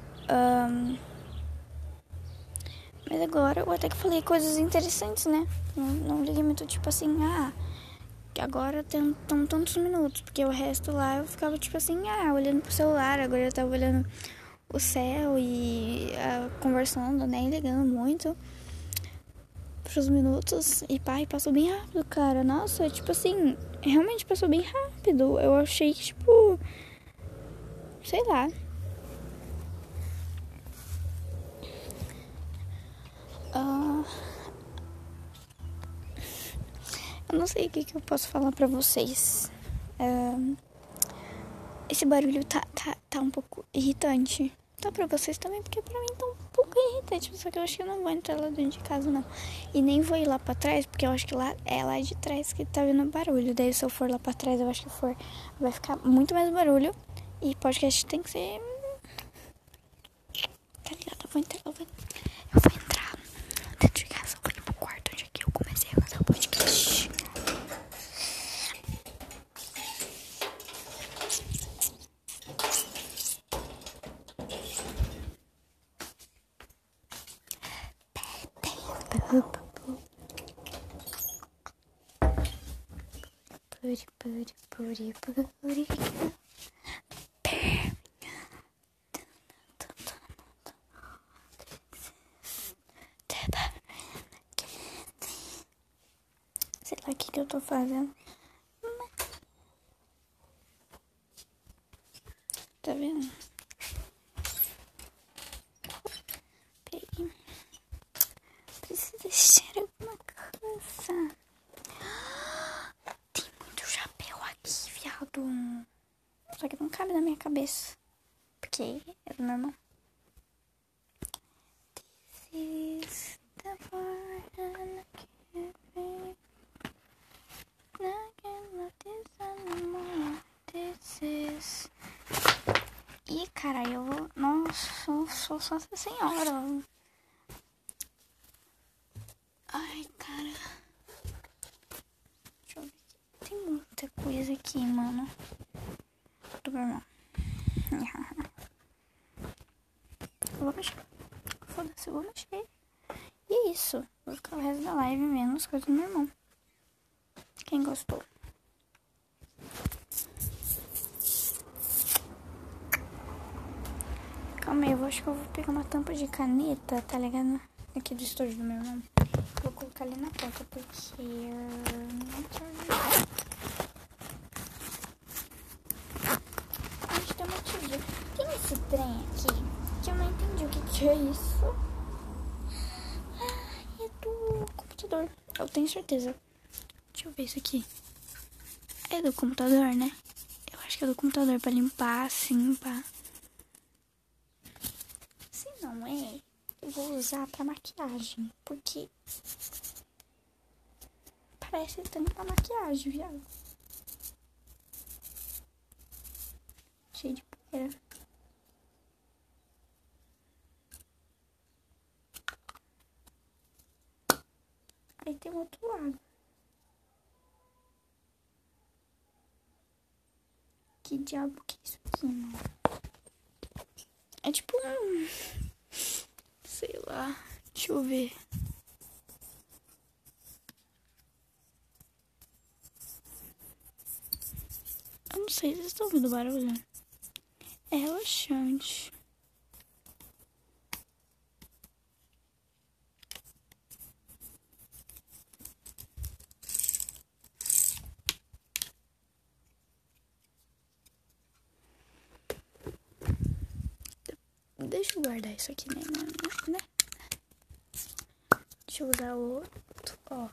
[SPEAKER 1] Mas agora eu até que falei coisas interessantes, né? Não liguei muito tipo assim, que agora tem tantos minutos, porque o resto lá eu ficava tipo assim, olhando pro celular, agora eu tava olhando o céu e conversando, nem ligando muito pros minutos. E passou bem rápido, cara. Nossa, tipo assim, realmente passou bem rápido. Eu achei que, tipo, sei lá. Eu não sei o que eu posso falar pra vocês. Esse barulho tá um pouco irritante. Tá pra vocês também, porque pra mim tá um pouco irritante. Só que eu acho que eu não vou entrar lá dentro de casa, não. E nem vou ir lá pra trás, porque eu acho que lá de trás que tá vindo barulho. Daí se eu for lá pra trás, eu acho que vai ficar muito mais barulho. E podcast tem que ser... Tá ligado? Eu vou entrar dentro de casa. Vou ir pro quarto onde aqui eu comecei a fazer o podcast. Sei lá o que eu tô fazendo. Tá vendo? Peguei. Preciso deixar alguma coisa. Tem muito chapéu aqui, viado. Só que não cabe na minha cabeça. Porque é do meu irmão. This is the part I can't be. I can't love this anymore. This is... Ih, cara, eu vou... Nossa, sou Nossa Senhora. Ai, cara. Deixa eu ver aqui. Tem muita coisa aqui, mano. Do meu irmão. Vou mexer. Foda-se, eu vou mexer. E é isso. Vou ficar o resto da live vendo as coisas do meu irmão. Quem gostou? Calma aí, eu acho que eu vou pegar uma tampa de caneta, tá ligado? Aqui do estúdio do meu irmão. Vou colocar ali na porta, porque a gente tem uma tia. Tem esse trem aqui que eu não entendi o que é isso. É do computador. Eu tenho certeza. Deixa eu ver isso aqui. É do computador, né? Eu acho que é do computador pra limpar, assim, pá. Se não é, eu vou usar pra maquiagem. Porque parece tanto pra maquiagem, viado. Cheio de poeira. Aí tem o outro lado. Que diabo que é isso aqui, mano? É tipo um... sei lá. Deixa eu ver. Eu não sei, vocês estão ouvindo o barulho? É relaxante. Deixa eu guardar isso aqui, né? Deixa eu usar o outro, ó.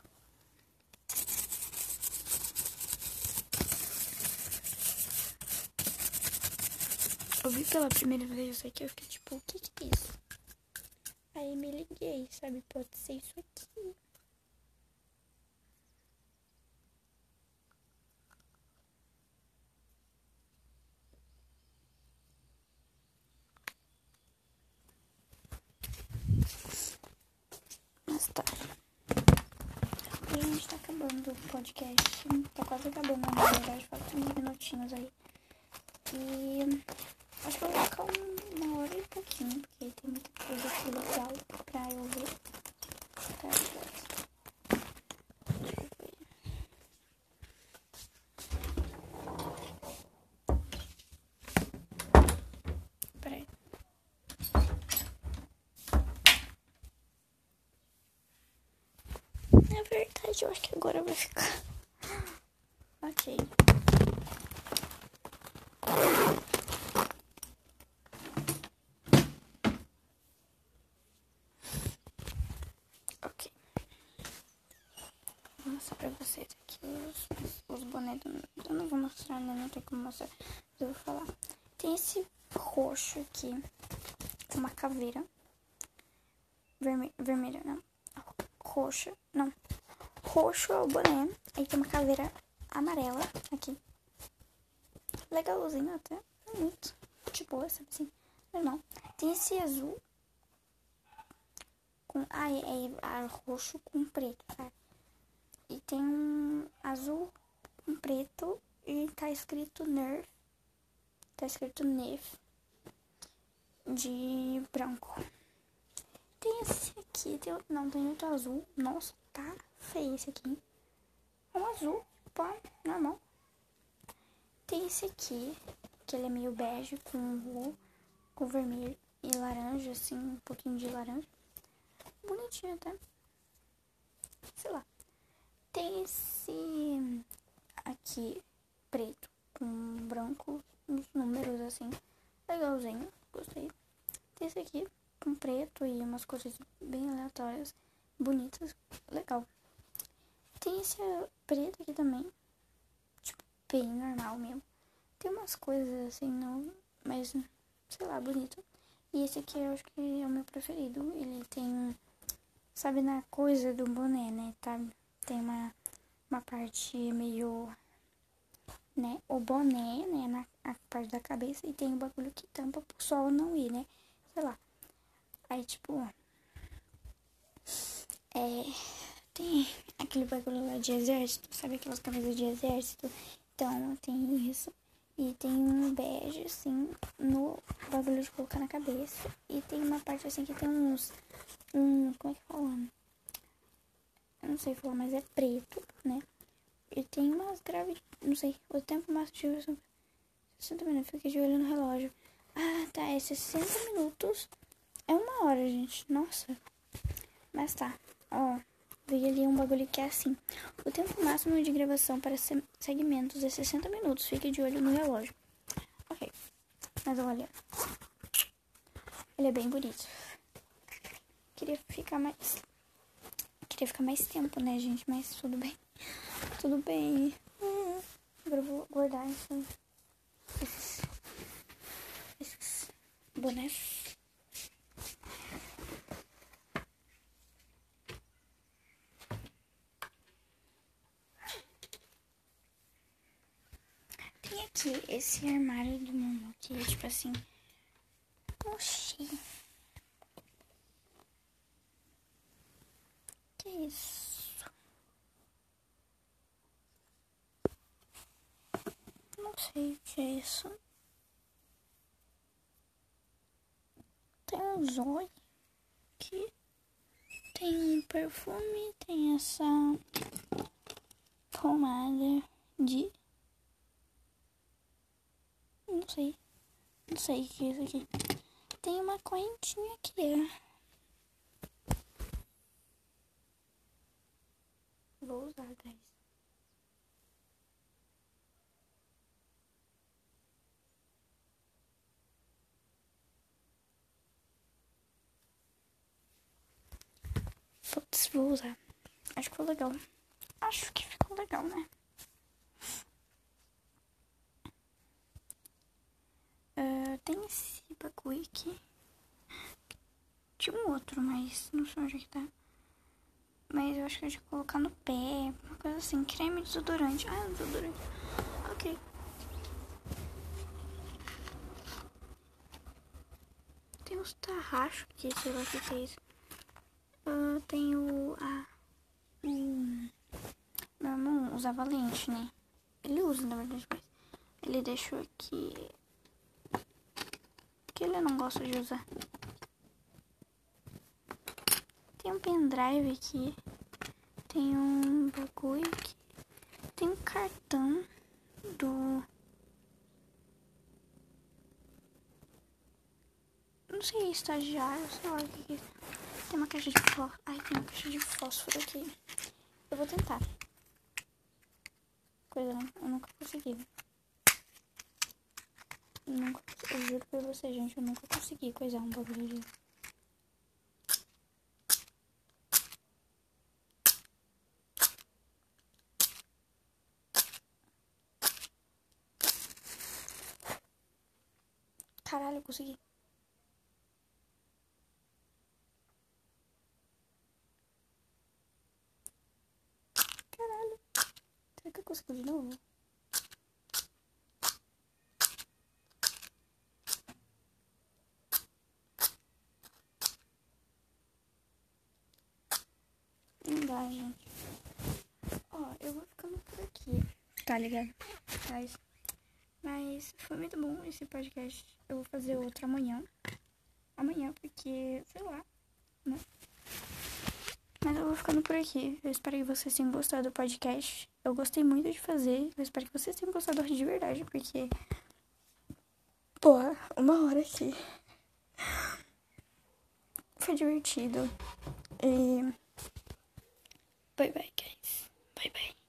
[SPEAKER 1] Eu vi pela primeira vez isso aqui, eu fiquei tipo, o que é isso? Aí me liguei, sabe? Pode ser isso aqui. Mas tá. E a gente tá acabando o podcast. Tá quase acabando, na verdade. Faltam uns minutinhos aí. E acho que eu vou ficar uma hora e pouquinho, porque tem muita coisa aqui legal pra eu ver. Tá, deixa eu ver. Peraí. Na verdade, eu acho que agora vai ficar. Ok. Ok. Vou mostrar pra vocês aqui os bonés. Eu não vou mostrar, né? Não tem como mostrar. Mas eu vou falar. Tem esse roxo aqui. Com uma caveira. Vermelha, não. Roxa. Não. Roxo é o boné. Aí tem uma caveira amarela aqui. Legalzinho até. Muito. De boa, sabe assim? Normal. Tem esse azul. É roxo com preto, tá? E tem um azul com preto e tá escrito Nerf. Tá escrito Nerf de branco. Tem esse aqui, tem outro azul. Nossa, tá feio esse aqui. Um azul, pá, normal. Tem esse aqui, que ele é meio bege com vermelho e laranja, assim, um pouquinho de laranja. Bonitinho até. Sei lá. Tem esse aqui, preto, com branco, uns números assim, legalzinho, gostei. Tem esse aqui, com preto e umas coisas bem aleatórias, bonitas, legal. Tem esse preto aqui também, tipo, bem normal mesmo. Tem umas coisas assim, não, mas, sei lá, bonito. E esse aqui eu acho que é o meu preferido. Ele tem, sabe, na coisa do boné, né, tá? Tem uma parte meio, né, o boné, né, na parte da cabeça. E tem o bagulho que tampa pro sol não ir, né, sei lá. Aí, tipo, tem aquele bagulho lá de exército, sabe aquelas camisas de exército? Então, tem isso. E tem um bege, assim, no bagulho de colocar na cabeça. E tem uma parte, assim, que tem como é que fala? Eu não sei falar, mas é preto, né? E tem umas graves, não sei, o tempo máximo de 60 minutos, fiquei de olho no relógio. Ah, tá, é 60 minutos. É uma hora, gente, nossa. Mas tá, ó, veio ali um bagulho que é assim. O tempo máximo de gravação para segmentos é 60 minutos. Fique de olho no relógio. Ok. Mas olha, ele é bem bonito. Queria ficar mais tempo, né, gente? Mas tudo bem. Tudo bem. Agora eu vou guardar esses bonés. Tem aqui esse armário do Momo, que é tipo assim. Oxi. Que isso? Não sei o que é isso. Tem um zóio aqui. Tem um perfume. Tem essa pomada de... Não sei. Não sei o que é isso aqui. Tem uma correntinha aqui. Vou usar, guys. Putz, vou usar. Acho que ficou legal. Acho que ficou legal, né? Tem esse bagulho aqui. Tinha um outro, mas não sei onde é que tá. Mas eu acho que eu tinha que colocar no pé. Uma coisa assim. Creme desodorante. Ah, desodorante. Ok. Tem uns tarrachos aqui, sei lá o que é isso. Tem o... meu irmão usava lente, né? Ele usa, na verdade, mas ele deixou aqui... que ele não gosta de usar. Tem um pendrive aqui. Tem um bagulho aqui. Tem um cartão do... não sei, estagiário, sei lá o que é. Tem uma caixa de fósforo. Ai, tem uma caixa de fósforo aqui. Eu vou tentar. Coisa, eu nunca consegui. Eu juro pra você, gente, eu nunca consegui coisar um bagulho de... Caralho, eu consegui. Caralho. Será que eu consigo de novo? Não dá, gente. Ó, eu vou ficando por aqui. Tá ligado? Mas foi muito bom esse podcast. Eu vou fazer outro amanhã. Amanhã, porque, sei lá, né? Mas eu vou ficando por aqui. Eu espero que vocês tenham gostado do podcast. Eu gostei muito de fazer. Eu espero que vocês tenham gostado de verdade, porque... porra, 1 hora aqui. Foi divertido. E... bye bye, guys. Bye bye.